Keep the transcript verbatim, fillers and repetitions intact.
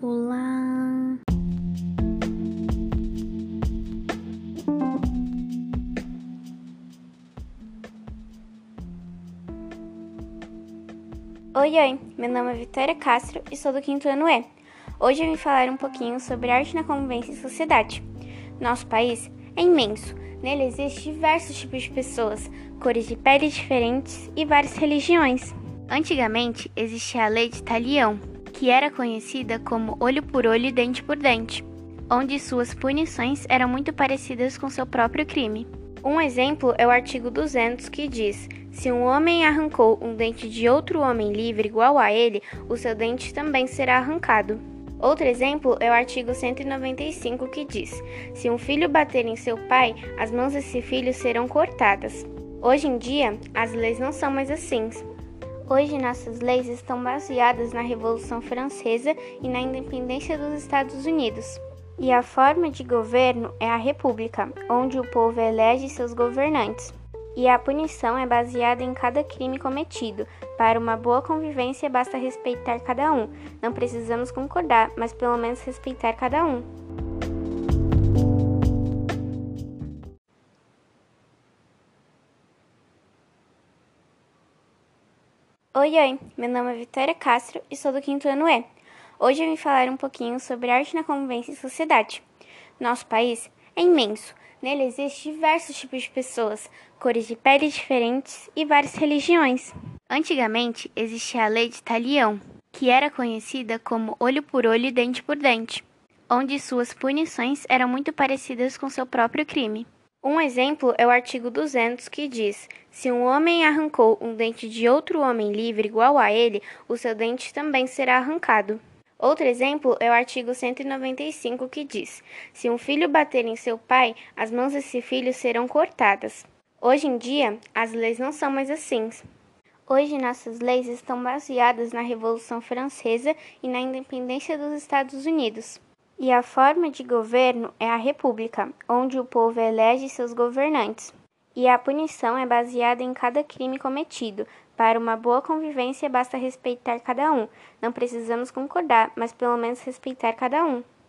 Olá! Oi, oi! Meu nome é Vitória Castro e sou do quinto ano E. Hoje eu vim falar um pouquinho sobre arte na convivência e sociedade. Nosso país é imenso. Nele existem diversos tipos de pessoas, cores de pele diferentes e várias religiões. Antigamente existia a lei de Talião, que era conhecida como olho por olho e dente por dente, onde suas punições eram muito parecidas com seu próprio crime. Um exemplo é o artigo duzentos, que diz: se um homem arrancou um dente de outro homem livre igual a ele, o seu dente também será arrancado. Outro exemplo é o artigo cento e noventa e cinco, que diz: se um filho bater em seu pai, as mãos desse filho serão cortadas. Hoje em dia, as leis não são mais assim. Hoje, nossas leis estão baseadas na Revolução Francesa e na independência dos Estados Unidos. E a forma de governo é a república, onde o povo elege seus governantes. E a punição é baseada em cada crime cometido. Para uma boa convivência, basta respeitar cada um. Não precisamos concordar, mas pelo menos respeitar cada um. Oi, oi! Meu nome é Vitória Castro e sou do quinto ano E. Hoje eu vim falar um pouquinho sobre arte na convivência e sociedade. Nosso país é imenso. Nele existem diversos tipos de pessoas, cores de pele diferentes e várias religiões. Antigamente existia a lei de Talião, que era conhecida como olho por olho e dente por dente, onde suas punições eram muito parecidas com seu próprio crime. Um exemplo é o artigo duzentos, que diz: se um homem arrancou um dente de outro homem livre igual a ele, o seu dente também será arrancado. Outro exemplo é o artigo cento e noventa e cinco, que diz: se um filho bater em seu pai, as mãos desse filho serão cortadas. Hoje em dia, as leis não são mais assim. Hoje, nossas leis estão baseadas na Revolução Francesa e na independência dos Estados Unidos. E a forma de governo é a república, onde o povo elege seus governantes. E a punição é baseada em cada crime cometido. Para uma boa convivência, basta respeitar cada um. Não precisamos concordar, mas pelo menos respeitar cada um.